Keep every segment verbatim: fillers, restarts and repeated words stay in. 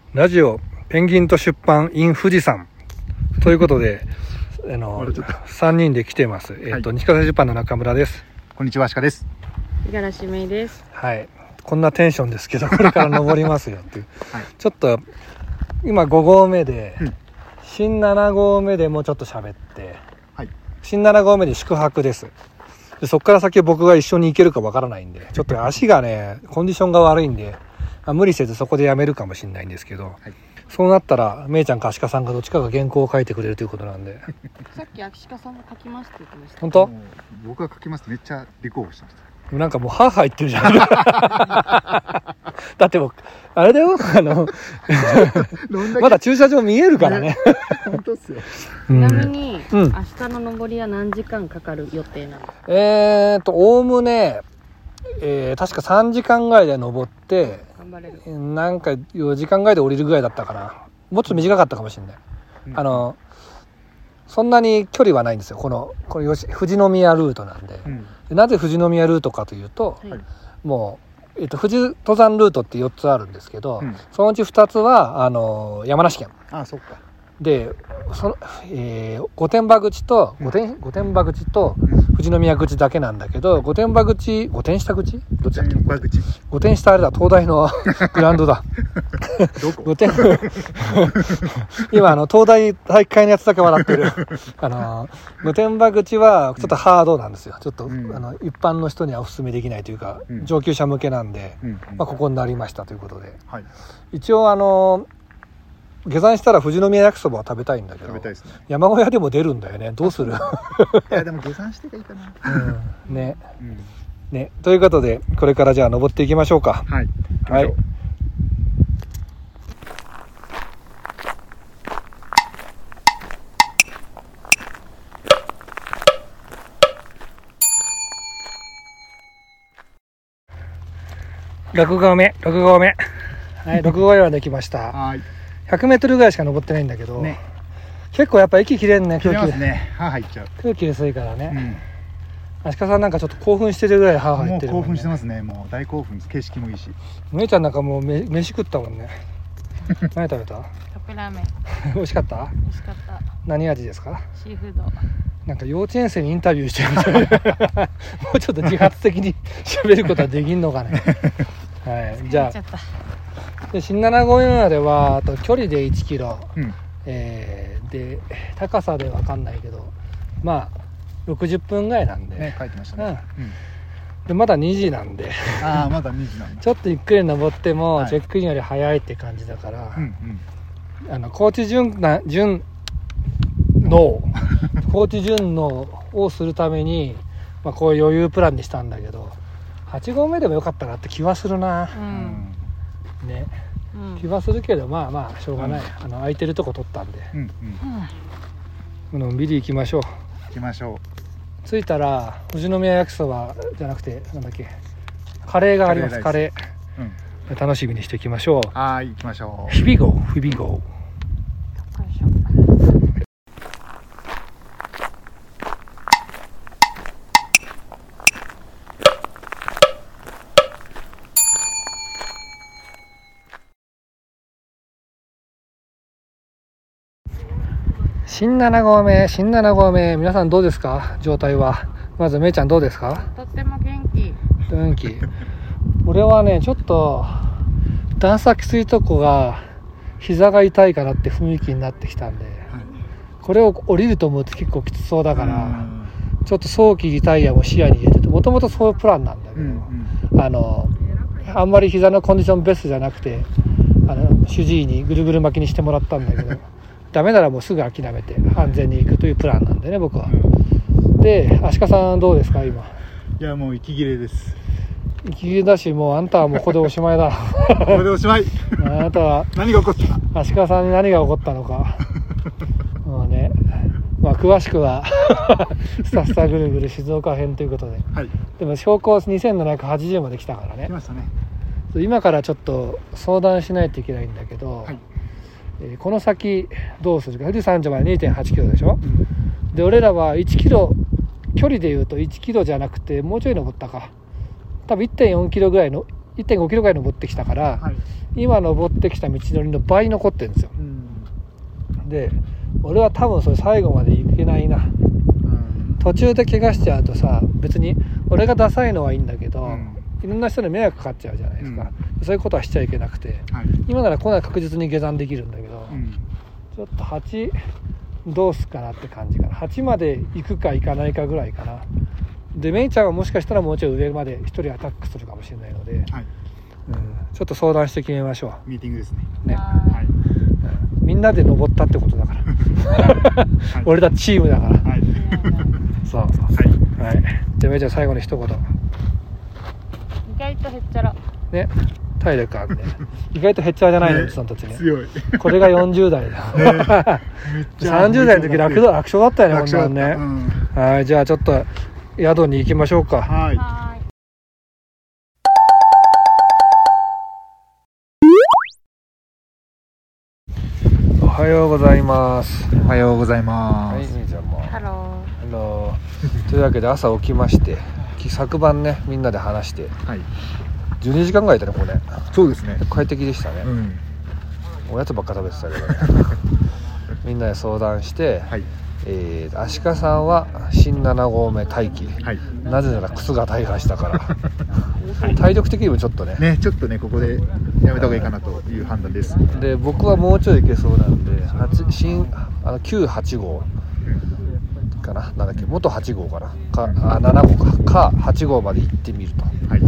ラジオペンギンと出版 in 富士山ということであのさんにんで来てます。えっと、はい、西葛西出版の中村です。 こんにちは、鹿です。 五十嵐芽衣です。 はい、こんなテンションですけどこれから登りますよっていう、はい、ちょっと今ご合目で、うん、新なな合目でもうちょっと喋って、はい、新なな合目で宿泊です。でそこから先僕が一緒に行けるかわからないんで、ちょっと足がねコンディションが悪いんで、まあ、無理せずそこでやめるかもしれないんですけど、はい、そうなったらめいちゃんかアシカさんがどっちかが原稿を書いてくれるということなんでさっきアシカさんが書きますって言ってました。 本当？ 僕が書きますってめっちゃ立候補してました。 なんかもうハーハー言ってるじゃんだって僕あれだよ、あのまだ駐車場見えるからね本当っすよ。 ちなみに、うん、明日の登りは何時間かかる予定なの？ えーとおおむね、えー、確かさんじかんぐらいで登って頑張れる。 なんかよじかんぐらいで降りるぐらいだったかな。もうちょっと短かったかもしれない、うん、あのそんなに距離はないんですよ、この、この富士宮ルートなんで、うん、でなぜ富士宮ルートかというと、はい、もう、えっと、富士登山ルートってよっつあるんですけど、うん、そのうちふたつはあの山梨県。 ああ、そっか。 でその、えー、御殿場口と御殿、御殿場口と富士宮口だけなんだけど、御殿場口、御殿下口どっちだっけ？ 御殿口。 御殿下あれだ、東大のグラウンドだどこ？ 御殿今あの東大体育会のやつだけ笑ってるあの御殿場口はちょっとハードなんですよ。ちょっと、うん、あの一般の人にはお勧めできないというか、うん、上級者向けなんで、うんうん、まあ、ここになりましたということで、はい、一応あの下山したら富士宮焼きそばは食べたいんだけど、食べたいですね。山小屋でも出るんだよね。どうする？いやでも下山してがいいかな、 うん、ね、うん、ね、ということでこれからじゃあ登っていきましょうか。 はい、 はい。ろく合目、ろく合目、はい、ろく合目まで来ました。 はい。 ひゃくメートルぐらいしか登ってないんだけど、ね、結構やっぱ息切れんね。 切れますね。歯入っちゃう。 空気薄いからね。うん、アシカさんなんかちょっと興奮してるぐらい歯入ってるもんね。 もう興奮してますね。もう大興奮です。景色もいいし。 めいちゃんなんかもうめ飯食ったもんね。何食べた？ カップラーメン。 美味しかった？ 美味しかった。何味ですか？ シーフード。なんか幼稚園生にインタビューしてるみたいな。もうちょっと自発的に喋ることはできんのかね。はい。じゃあ。で新なな合目まではあと距離でいちキロ、うん、えー、で高さで分かんないけどまあろくじゅっぷんぐらいなんで、 ね、書いてましたね、 うんうん、でまだにじなんでああまだにじなんでちょっとゆっくり登っても、はい、チェックインより早いって感じだから、うんうん、あの高知順な順の高知順のをするために、まあ、こういう余裕プランにしたんだけどはち合目でもよかったなって気はするな、うんね、うん、気はするけどまあまあしょうがない、うん、あの空いてるとこ取ったんで、うんうん、のんびり行きましょう。 行きましょう。 着いたら富士宮焼きそばじゃなくてなんだっけカレーがあります。カレー、カレー、うん、楽しみにしていきましょう。 はい、行きましょう。 日々号日々号新なな合目、新なな合目、皆さんどうですか？状態は。まずめいちゃんどうですか？ とっても元気。 元気。俺はね、ちょっと段差きついとこが膝が痛いかなって雰囲気になってきたんで、はい、これを降りると思うと結構きつそうだから、ちょっと早期リタイアも視野に入れてて、もともとそういうプランなんだけど、うんうん、あのあんまり膝のコンディションベストじゃなくて、あの主治医にぐるぐる巻きにしてもらったんだけど。ダメならもうすぐ諦めて安全に行くというプランなんでね、僕は。で、アシカさんどうですか今？ いやもう息切れです。 息切れだし、もうあんたはもうここでおしまいだ。 ここでおしまい。 あなたは何が起こった？ アシカさんに何が起こったのか。もうね、まあ詳しくはスタスタぐるぐる静岡編ということで。はい、でも標高にせんななひゃくはちじゅうまで来たからね。 来ましたね。 今からちょっと相談しないといけないんだけど。はい、えー、この先どうするか。富士山頂まで にてんはちキロでしょ、うん、で俺らはいちキロ距離でいうといちキロじゃなくてもうちょい登ったか多分 いってんよんキロぐらいのいってんごキロぐらい登ってきたから、はい、今登ってきた道のりの倍残ってるんですよ、うん、で俺は多分それ最後まで行けないな、うん、途中で怪我しちゃうとさ別に俺がダサいのはいいんだけど、うん、いろんな人に迷惑かかっちゃうじゃないですか、うん、そういうことはしちゃいけなくて、はい、今ならこんな確実に下山できるんだけど、うん、ちょっとはちどうすかなって感じかな。はちまで行くか行かないかぐらいかな。でメイちゃんはもしかしたらもうちょい上まで一人アタックするかもしれないので、はい、うん、ちょっと相談して決めましょう。 ミーティングですね。 ね、はい、うん、みんなで登ったってことだから、はい、俺たちチームだから、はい、そう、はい、はい、じゃあメイちゃん最後に一言。 意外とへっちゃらね、体力あるね。意外とへっちゃらじゃないの、ね、その時ね。 強い。 これがよんじゅう代だ。ね、さんじゅう代の時楽楽勝だったよね、こんなんね、うん、はい、じゃあちょっと宿に行きましょうか。はい。はい、おはようございます。 おはようございます。 はい、みーちゃんも。 ハロー。ハロー。というわけで朝起きまして、昨晩ねみんなで話して、はい、じゅうにじかんぐらいだねこれね。 そうですね。 快適でしたね。うん、おやつばっか食べてたけどね。みんなで相談して。はい、えー、アシカさんは新なな合目待機、はい、なぜなら靴が大破したから体力的にもちょっと ね, ねちょっとねここでやめた方がいいかなという判断です。 で僕はもうちょいいけそうなんで新あのきゅうはち号かな、なんだっけ元はち号かなかあなな号かかはち号まで行ってみると、はい、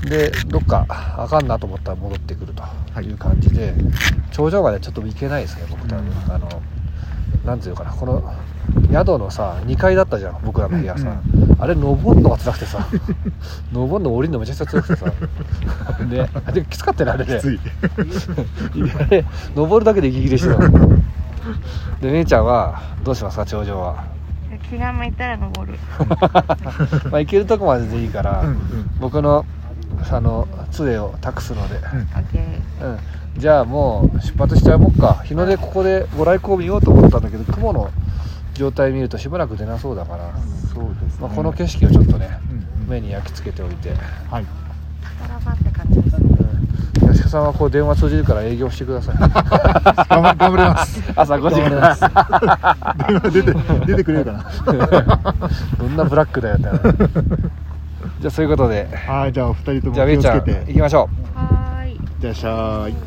でどっかあかんなと思ったら戻ってくるという感じで、頂上までちょっと行けないですね僕多分、うん、あのなんていうかな、この宿のさにかいだったじゃん僕らの部屋さ、うんうん、あれ登るのが辛くてさ登るの降りるのめちゃくちゃ辛くてさであれきつかったねあれね。きついあれ登るだけで息切れしてたで姉ちゃんはどうしますか頂上は。 気が向いたら登るまあ行けるとこまででいいから、うんうん、僕のあの杖を託すので、うんうん、じゃあもう出発しちゃおうか。日の出ここでご来光見ようと思ったんだけど雲の状態見るとしばらく出なそうだから、そうですね、まあ、この景色をちょっとね、うんうん、目に焼き付けておいて、はい、 って感じですね。 うん、吉川さんはこう電話通じるから営業してください。 頑張ります。 朝ごじから電話出て出てくれるかな。 どんなブラックだよって。じゃあそういうことで、 はい、じゃあお二人とも気をつけて行きましょう。はい。 じゃあしゃーい。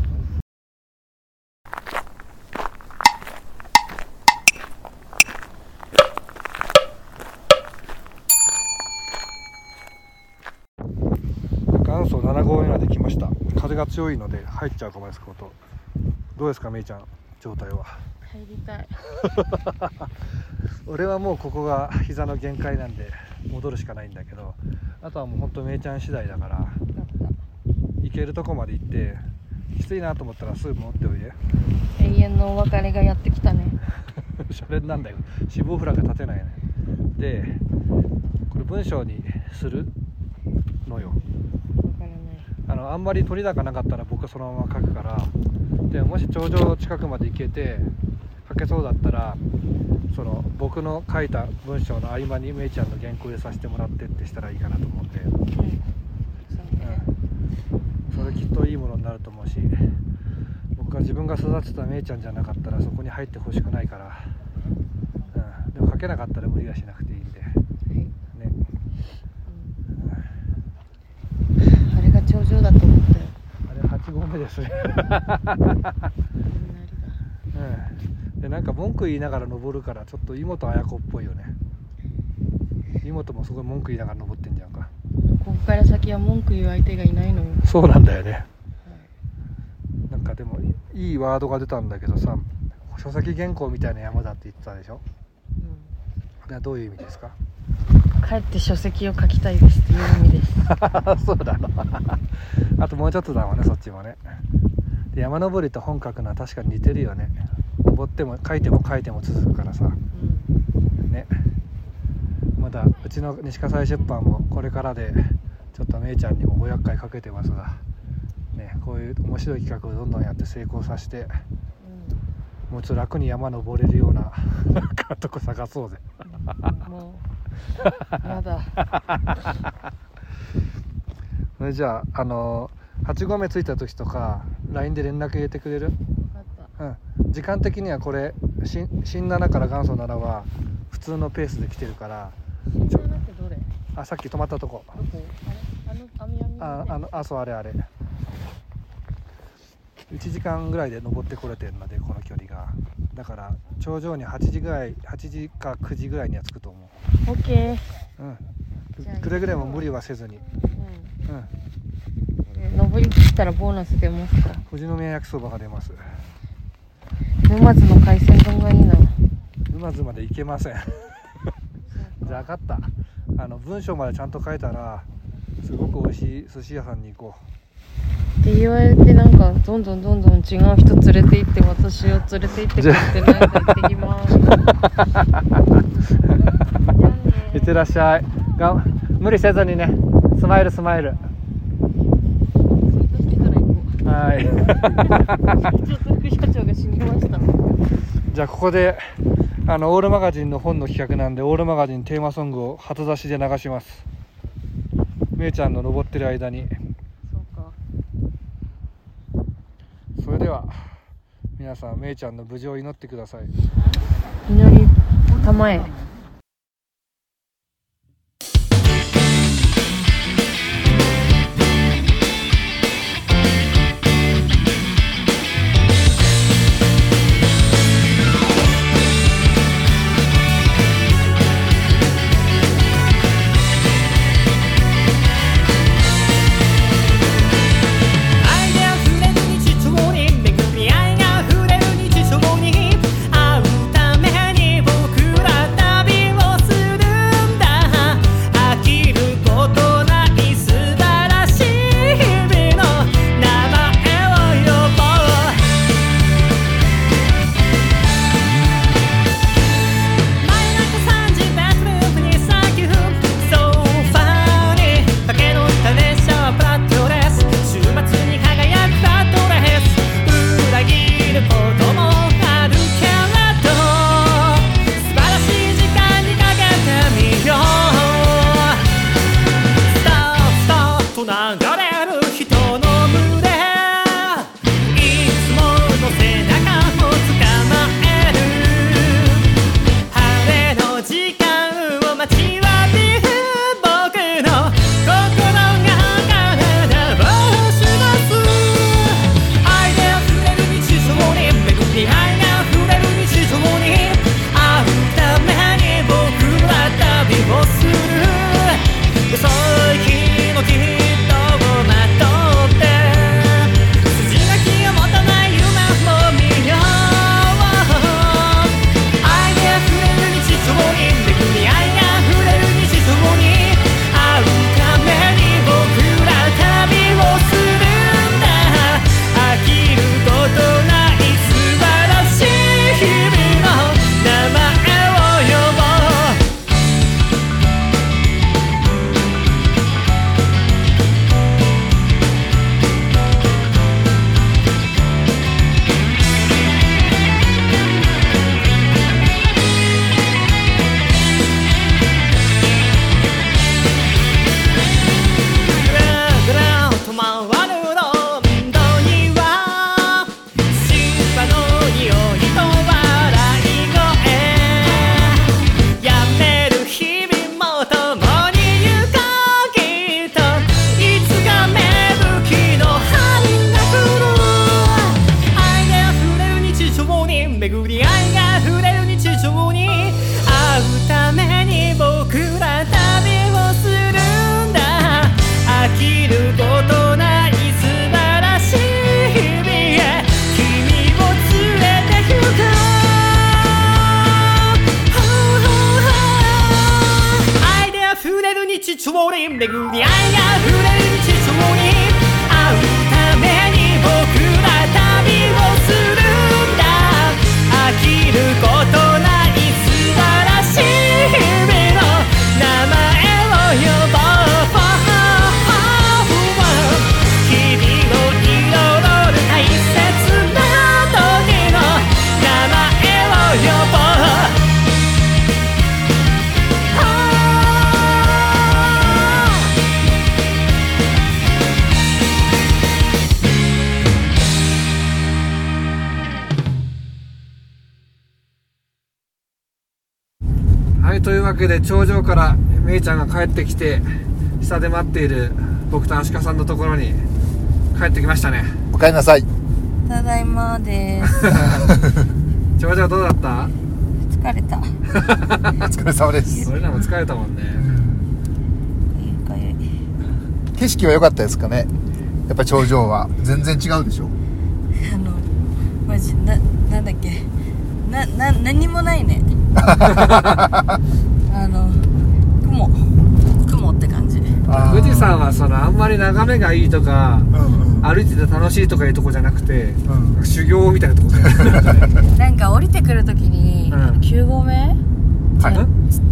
元祖なな合目まで来ました。風が強いので入っちゃうかもですこと。どうですかめいちゃん状態は。 入りたい。 俺はもうここが膝の限界なんで戻るしかないんだけど、あとはもうほんとめいちゃん次第だから行けるとこまで行ってきついなと思ったらすぐ戻っておいで。 永遠のお別れがやってきたね。 それなんだよ、死亡フラグ立てないね。でこれ文章にするのよ。あのあんまり取り高なかったら僕はそのまま書くから。でもし頂上近くまで行けて書けそうだったらその僕の書いた文章の合間にめいちゃんの原稿でさせてもらってってしたらいいかなと思って、うん、そうね、うん、それきっといいものになると思うし、僕は自分が育てためいちゃんじゃなかったらそこに入ってほしくないから、うん、でも書けなかったら無理はしなくていいんで、はい、ね、 うん、あれが頂上だと思ったよ。 あれはち合目ですね。うん、でなんか文句言いながら登るからちょっと妹綾子っぽいよね。妹もすごい文句言いながら登ってんじゃんか。 ここから先は文句言う相手がいないのよ。 そうなんだよね、はい、なんかでもいいワードが出たんだけどさ、書籍原稿みたいな山だって言ってたでしょ、うん、どういう意味ですか。 帰って書籍を書きたいですっていう意味です。 そうだな。あともうちょっとだもんねそっちもね。で山登りと本書くのは確かに似てるよね。登っても書いても書いても続くからさ、うん、ね。まだうちの西葛西出版もこれからでちょっとめいちゃんにもご厄介かけてますが、ね、こういう面白い企画をどんどんやって成功させて、うん、もうちょっと楽に山登れるようなとこ探そうぜ。もうやだ。 それじゃあ、あのー、はち合目着いた時とか ライン で連絡入れてくれる？うん、時間的にはこれ新ななから元祖ななは普通のペースで来てるから。 新ななってどれ？ あ、さっき止まったとこ。 どこ？あれ？あの網網ああのあそうあれあれいちじかんぐらいで登ってこれてるので、この距離がだから頂上にはちじぐらいはちじかくじぐらいには着くと思う。 オッケー。 うん、くれぐれも無理はせずに。 うん、 うん登りきったらボーナス出ますか？ 富士宮焼きそばが出ます。 沼津の海鮮丼がいいな。 沼津まで行けませんじゃあ分かった、あの文章までちゃんと書いたらすごく美味しい寿司屋さんに行こうって言われて、なんかどんどんどんどん違う人連れて行って、私を連れて行ってくれてないから行ってきますいってらっしゃい。が無理せずにね。スマイルスマイル。はいちょっと副社長が死にました。 じゃあここであのオールマガジンの本の企画なんで、オールマガジンテーマソングを初出しで流します。めいちゃんの登ってる間に。 そうか。 それでは皆さん、めいちゃんの無事を祈ってください。 祈りたまえ。 巡り合いが触れる地上に会うために僕ら旅をするんだ。飽きることない素晴らしい日々の名前を呼ぼう。日々を彩る大切な時の名前を呼ぼう。名はいというわけで頂上からめいちゃんが帰ってきて下で待っている僕とアシカさんのところに帰ってきましたね。 おかえりなさい。 ただいまです頂上どうだった？ 疲れたお疲れ様です。 俺らも疲れたもんね。 かゆいかゆい。 景色は良かったですかね。やっぱ頂上は全然違うでしょ。 あのマジな、なんだっけな、な、何もないねあの雲雲って感じ。 富士山はそのあんまり眺めがいいとか、 うんうん、 歩いてて楽しいとかいうとこじゃなくて、 うん、 修行みたいなとこだよねなんか降りてくるときに、 うん、 きゅう合目、 はい、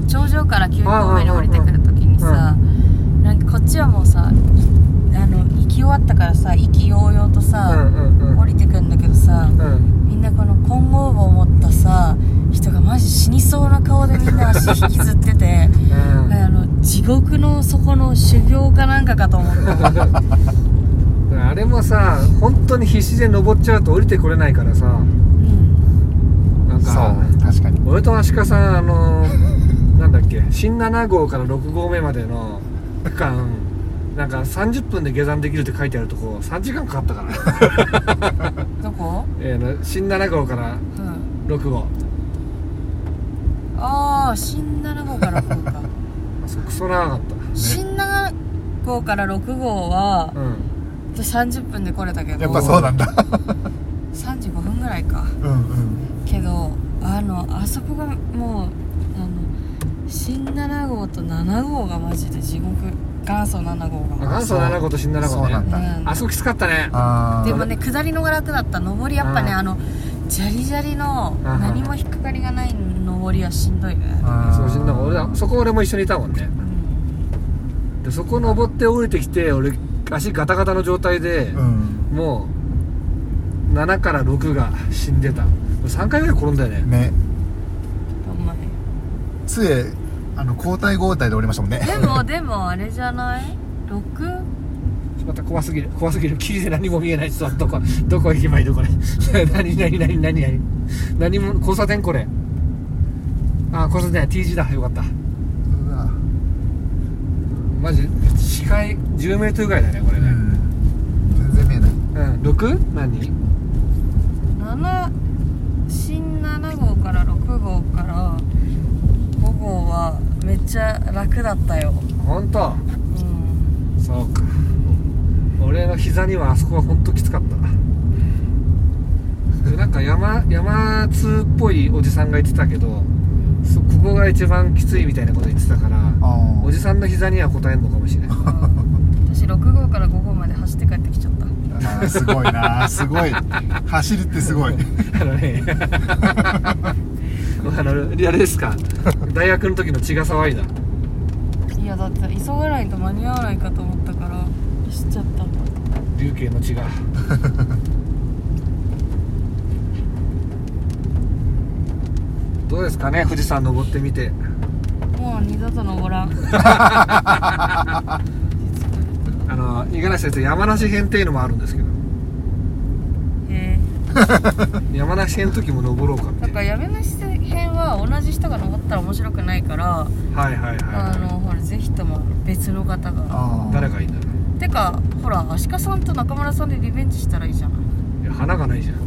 頂上からきゅう合目に降りてくるときにさ、うん、なんかこっちはもうさあの行き終わったからさ意気揚々とさ、うんうんうん、降りてくるんだけどさ、うん、みんなこの金剛棒を持ったさ人がマジ死にそうな顔でみんな足引きずってて、うん、あの地獄の底の修行かなんかかと思ったあれもさ本当に必死で登っちゃうと降りてこれないからさ、うん、なんかそう確かに俺とアシカさんあのなんだっけ新なな号からろく合目までの区間なんかさんじゅっぷんで下山できるって書いてあるとこさんじかんかかったからどこ？ えー、新なな号からろく号、うん、 ああ新なな号からろく号かそうクソ長かった、ね、 新なな号からろく号は、うん、さんじゅっぷんで来れたけどやっぱそうなんださんじゅうごふんぐらいか、 うんうん、 けどあのあそこがもうあの新なな号となな号がマジで地獄。元祖なな号が元祖なな号と新なな号ね。 そうなんだ、 うん、あそこきつかったね。 でもね下りのが楽だった。上りやっぱねあのジャリジャリの何も引っかかりがない上りはしんどいね。 そうしんどい。俺そこ俺も一緒にいたもんね、うん、でそこ登って降りてきて俺足ガタガタの状態で、うん、もうななからろくが死んでた。さんかいぐらい転んだよね。 ねほんまに杖あの交代交代で降りましたもんね。 でもでもあれじゃない ろく？ また怖すぎる怖すぎる。霧で何も見えない。ちょっとどこどこ行けばいいのこれ何何何何何何も交差点これ。あ交差点 T 字だ。よかった。うわマジ視界じゅうメートルぐらいだねこれね、うん、 全然見えない。 うん ろく？ 何？ なな新なな号からろく号からご号はめっちゃ楽だったよ。 本当？ うん。 そうか。俺の膝にはあそこは本当きつかったな。なんか山山通っぽいおじさんが言ってたけど、そここが一番きついみたいなこと言ってたから、おじさんの膝には応えるのかもしれない。 私ろく号からご号まで走って帰ってきちゃった。 あすごいなすごい走るってすごいあのねあのあれですか大学の時の血が騒いだ。 いやだって急がないと間に合わないかと思ったから走っちゃったんだ。 龍慶の血がどうですかね富士山登ってみて。 もう二度と登らんあの五十嵐先生山梨編っていうのもあるんですけどへえ山梨編の時も登ろうかって。 だから山梨編は同じ人が登ったら面白くないから、 はいはいはい、はい、 あのほらぜひとも別の方が。 誰がいいんだろう。 てかほらアシカさんと中村さんでリベンジしたらいいじゃん。 いや花がないじゃん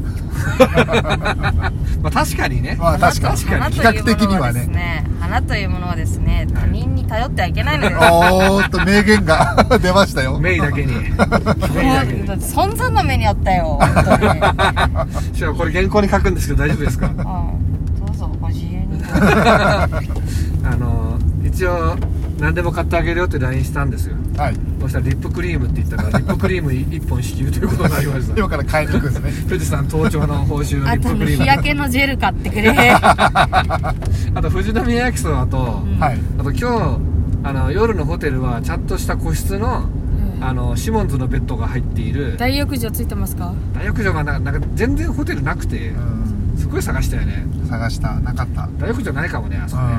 まあ確かにね、 まあ、確かに花比較的にはね花というものはですね他人に頼ってはいけないのです。 おーっと名言が出ましたよ。 メイだけにメイだけに存在の目にあったよ本当にしかもこれ原稿に書くんですけど大丈夫ですか。 ああどうぞご自由にあの一応何でも買ってあげるよって ライン したんですよ。 はい。 そしたらリップクリームって言ったからリップクリームいっぽん支給ということになりました今から買いに行くんですね。 富士山登頂の報酬のリップクリーム。 あと日焼けのジェル買ってくれあと富士宮焼きそばと、うん、 はい、 あと今日あの夜のホテルはちゃんとした個室の、うん、あのシモンズのベッドが入っている。 大浴場ついてますか。 大浴場がなんか、なんか全然ホテルなくて、うん、すごい探したよね。 探したなかった。 大浴場ないかもねあそこね。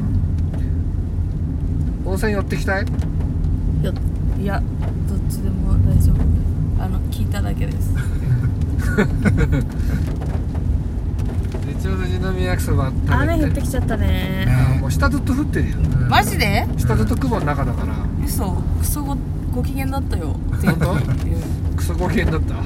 温泉寄ってきたい。 いやいやどっちでも大丈夫。あの聞いただけです一一応富士宮焼きそば食べて雨降ってきちゃったね。 ねもう下ずっと降ってるよ、うん、 マジで？ 下ずっと雲の中だから。 嘘、クソごご機嫌だったよ。 本当？クソご機嫌だったそう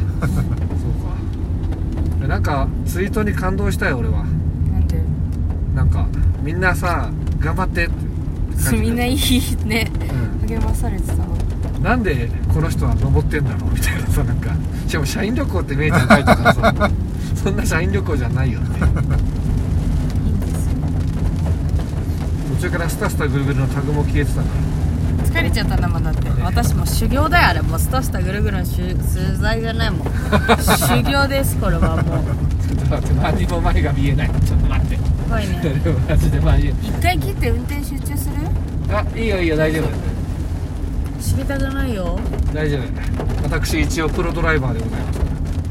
か。なんかツイートに感動したよ俺は。 なんで？ なんかみんなさ頑張ってってみんないいね、うん、励まされてたわ。 なんでこの人は登ってんだろうみたいなさ、なんかしかも社員旅行ってめいちゃん書いてたからさそんな社員旅行じゃないよっていいんですよ。 途中からスタスタぐるぐるのタグも消えてたから疲れちゃったんだもん。だって私も修行だよあれ。もうスタスタぐるぐるの取材じゃないもん修行ですこれはもうちょっと待って何も前が見えない。ちょっと待って怖いねマジでマジで一回切って運転集中する？あ、 いいよいいよ大丈夫。 知りたくないよ。 大丈夫。私一応プロドライバーでございます。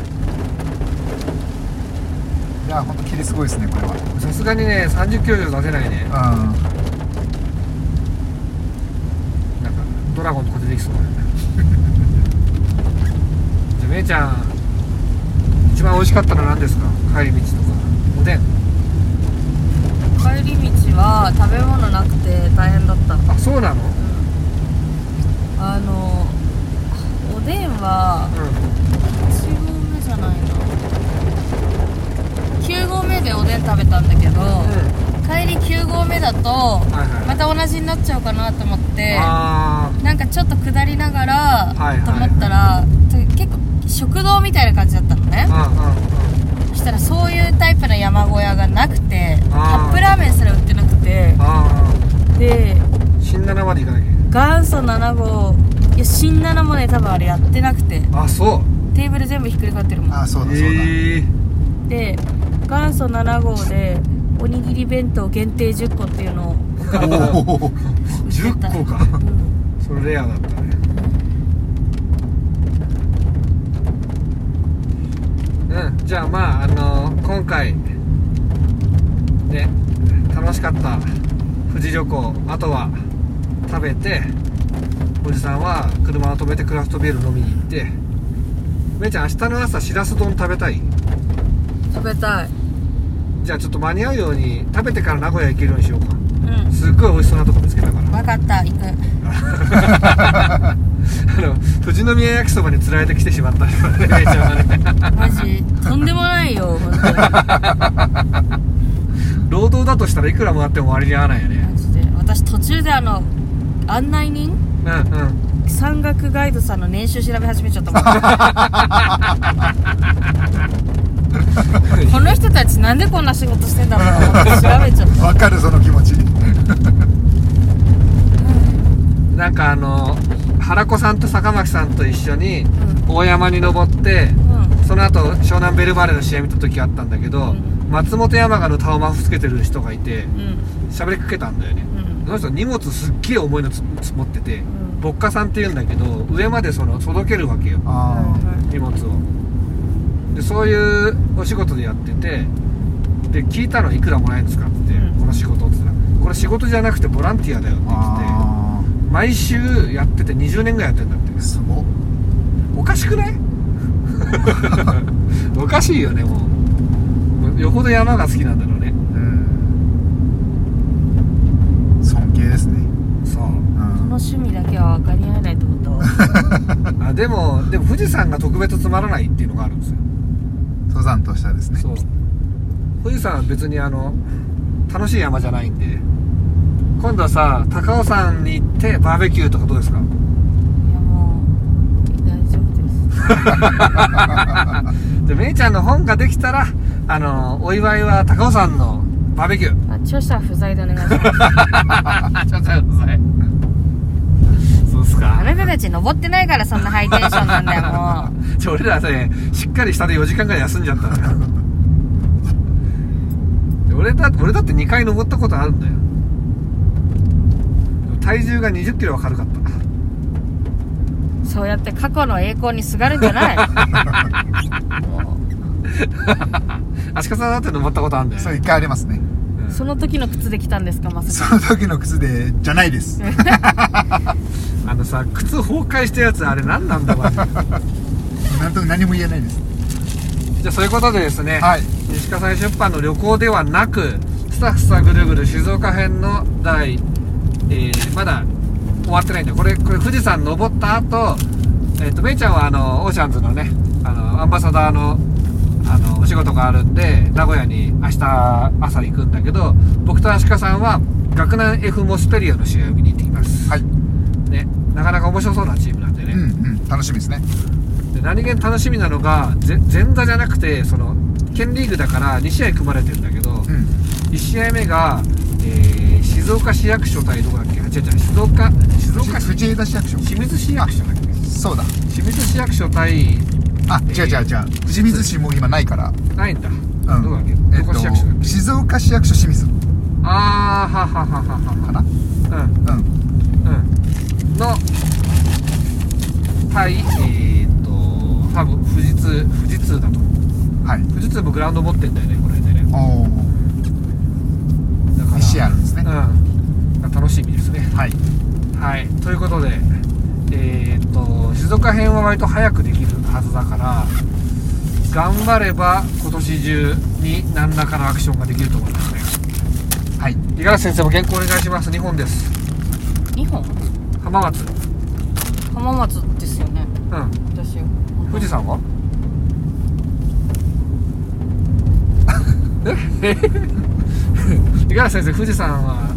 いや、ほんと切りすごいですねこれは。 さすがにねさんじゅっキロ以上出せないね。うん。なんかドラゴンとか出てきそうだねじゃあめいちゃん一番美味しかったのは何ですか？帰り道とか。おでん。 帰り道は食べ物なくて大変だった。 あ、そうなの？ あのおでんははち合目じゃないなきゅう合目でおでん食べたんだけど、うん、帰りきゅう合目だと、はいはい、また同じになっちゃうかなと思ってなんかちょっと下りながら、はいはい、と思ったら結構食堂みたいな感じだったのね。そしたらそういうタイプの山小屋がなくてカップラーメンすら売ってなくてで新ななまで行かなきゃ。 元祖なな号いや新ななもね多分あれやってなくて。 あ、そう。 テーブル全部ひっくり返ってるもん。 あ、そうだそうだ、えー、 で元祖なな号でおにぎり弁当限定じゅっこっていうのをじゅっこか、うん、それレアだったね。うん、じゃあまああのー、今回ね楽しかった富士旅行、あとは食べておじさんは車を止めてクラフトビール飲みに行って。めいちゃん明日の朝しらす丼食べたい？ 食べたい。 じゃあちょっと間に合うように食べてから名古屋行けるようにしようか。 うん、 すっごい美味しそうなとこ見つけたから。 分かった、行くあの富士宮焼きそばに釣られてきてしまったねめいちゃんはねマジとんでもないよ本当に労働だとしたらいくらもらっても割に合わないよね。 マジで私途中であの案内人うんうん山岳ガイドさんの年収調べ始めちゃったもんこの人たちなんでこんな仕事してんだろうと思って調べちゃったわかるその気持ちなんかあの原子さんと坂巻さんと一緒に大山に登って、うん、その後湘南ベルバレーの試合見た時あったんだけど、うん、松本山雅のタオマフつけてる人がいて喋、うん、りかけたんだよね、うん、その人荷物すっげえ重いの積もってて、うん、牧歌さんって言うんだけど上までその届けるわけよ、荷物を。でそういうお仕事でやってて、で聞いたのいくらもらえるんですかって、うん、この仕事って言ったらこれ仕事じゃなくてボランティアだよって言って毎週やっててにじゅうねんぐらいやってんだって。 すごっ。 おかしくないおかしいよね。もうよほど山が好きなんだろうね。 うん、尊敬ですね。 そう、うん、 この趣味だけは分かり合えないってことあでもでも富士山が特別つまらないっていうのがあるんですよ。 登山としてはですね。 そう、富士山は別にあの楽しい山じゃないんで、今度はさ高尾山に行ってバーベキューとかどうですか？ いやもう大丈夫ですでめいちゃんの本ができたらあのお祝いは高尾山のバーベキュー。 あ、著者不在でお願いします著者不在そうっすか。 あなたたち登ってないからそんなハイテンションなんだよもうじゃ俺らねしっかり下でよじかんぐらい休んじゃったのよ俺だ俺だってにかい登ったことあるんだよ。体重がにじゅっキロは軽かった。 そうやって過去の栄光にすがるんじゃない足利さんだって登ったことあるんだよ。 そう一回ありますね、 うん、その時の靴で来たんですか？まさかその時の靴でじゃないですあのさ靴崩壊したやつあれ何なんだマジでなんと何も言えないです。 じゃあそういうことでですね、 はい、 西葛西出版の旅行ではなくスタッフさぐるぐる静岡編の第、えー、まだ終わってないんだよ。これこれ富士山登った後、えっ、ー、とめいちゃんはあのオーシャンズのねあのアンバサダーのあのお仕事があるんで名古屋に明日朝行くんだけど、僕とアシカさんは学南 F モスペリアの試合を見に行ってきます。 はいね、なかなか面白そうなチームなんでね、 うんうん、楽しみですね。 で何気に楽しみなのがぜ前座じゃなくてその県リーグだからに試合組まれてるんだけど、うん、いち試合目が、えー、静岡市役所対どこだっけ、違う違う静岡静岡市藤枝市役所、 清水市役所だっけ。 そうだ、 清水市役所対あ、違う違う違う、清水市もう今ないからないんだ、うん、どこだっけ、 えっと、 どこ市役所だっけ、 静岡市役所清水、 あーはははははかな、 うんうんうんの対えー、っと多分富士通富士通だと、はい、富士通もグラウンド持ってんだよねこれでね。おお、だからに試合あるんですね。うん、楽しみですね。はいはい、ということでえー、っと静岡編は割と早くできるはずだから頑張れば今年中に何らかのアクションができると思いますね。はい、五十嵐先生も原稿お願いします。にほんです。 にほん？ 浜松浜松ですよね。うん、私富士山はえ五十嵐先生富士山は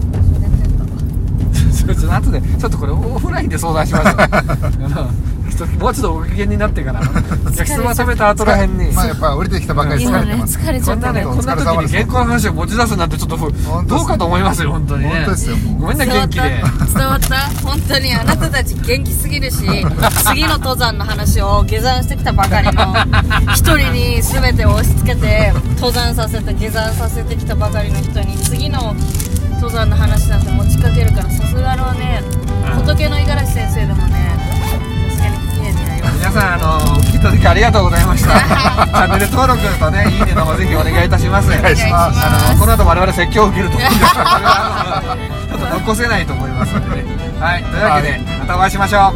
ちょっと後でちょっとこれオフラインで相談しましょうもうちょっとご機嫌になってから焼きそば食べた後らへんに、 まあやっぱ降りてきたばかり疲れてます、 ね、疲れちゃった、ね、 こんなね、こんな時に原稿の話を持ち出すなんてちょっとどうかと思いますよ本当にね。 本当ですよ、もうごめんな元気で伝わった本当にあなたたち元気すぎるし次の登山の話を下山してきたばかりの一人に全てを押し付けて登山させて下山させてきたばかりの人に次の登山の話なんて持ちかけるから、さすがのね、うん、仏の五十嵐先生でもねさすがに聞けんだよ。 皆さんあの聞いた時ありがとうございましたチャンネル登録とねいいねの方ぜひお願いいたします。お願いします。あのこの後我々説教を受けると思うんですけどちょっと残せないと思いますのでねはい、というわけで、はい、またお会いしましょ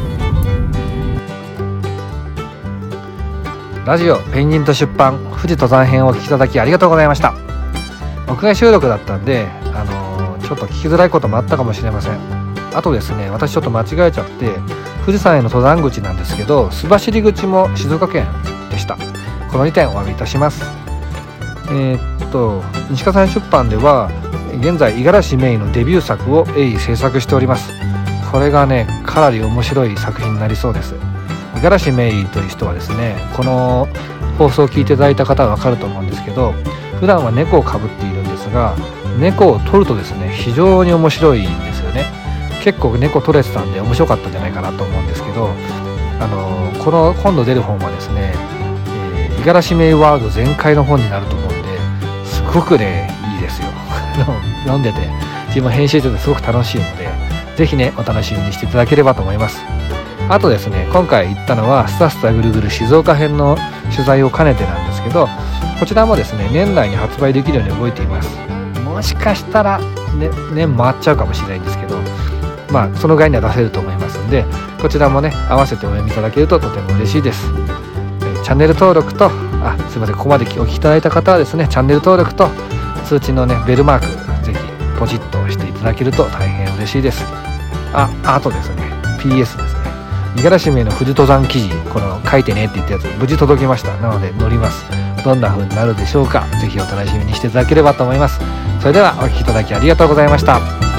う。ラジオペンギンと出版富士登山編をお聞きいただきありがとうございました。屋外収録だったんであのちょっと聞きづらいこともあったかもしれません。あとですね、私ちょっと間違えちゃって富士山への登山口なんですけど須走口も静岡県でした。このにてんお詫びいたします。えー、っと西葛西出版では現在五十嵐芽衣のデビュー作を鋭意制作しております。これがねかなり面白い作品になりそうです。五十嵐芽衣という人はですね、この放送を聞いていただいた方は分かると思うんですけど、普段は猫をかぶっているんですが猫を撮るとですね非常に面白いんですよね。結構猫撮れてたんで面白かったんじゃないかなと思うんですけど、あのこの今度出る本はですね五十嵐芽衣ワールド全開の本になると思うんですごくねいいですよ読んでて自分も編集しててすごく楽しいのでぜひねお楽しみにしていただければと思います。あとですね今回行ったのはスタスタぐるぐる静岡編の取材を兼ねてなんですけど、こちらもですね年内に発売できるように動いています。もしかしたら、ね、年回っちゃうかもしれないんですけど、まあそのぐらいには出せると思いますのでこちらもね合わせてお読みいただけるととても嬉しいです。えチャンネル登録とあすいませんここまでお聞きいただいた方はですねチャンネル登録と通知のねベルマークぜひポチッと押していただけると大変嬉しいです。ああとですね ピーエス ですね、五十嵐芽衣の富士登山記事この書いてねって言ったやつ無事届きました。なので載ります。どんな風になるでしょうか。ぜひお楽しみにしていただければと思います。それではお聞きいただきありがとうございました。